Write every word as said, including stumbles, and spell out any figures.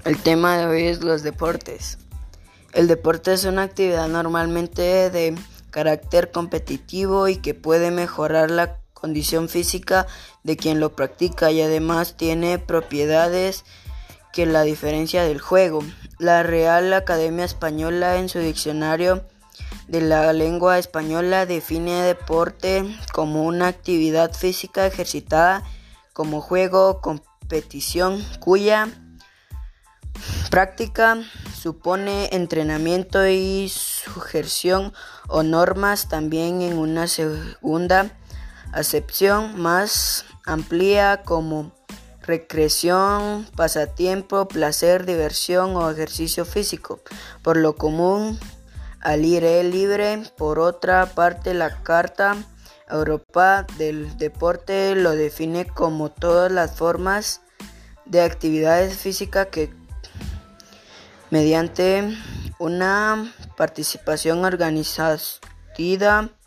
El tema de hoy es los deportes. El deporte es una actividad normalmente de carácter competitivo y que puede mejorar la condición física de quien lo practica y además tiene propiedades que la diferencia del juego. La Real Academia Española en su diccionario de la lengua española define deporte como una actividad física ejercitada como juego o competición cuya práctica supone entrenamiento y sujeción o normas. También en una segunda acepción más amplia como recreación, pasatiempo, placer, diversión o ejercicio físico. Por lo común, al aire libre. Por otra parte, la Carta Europea del Deporte lo define como todas las formas de actividades físicas que mediante una participación organizada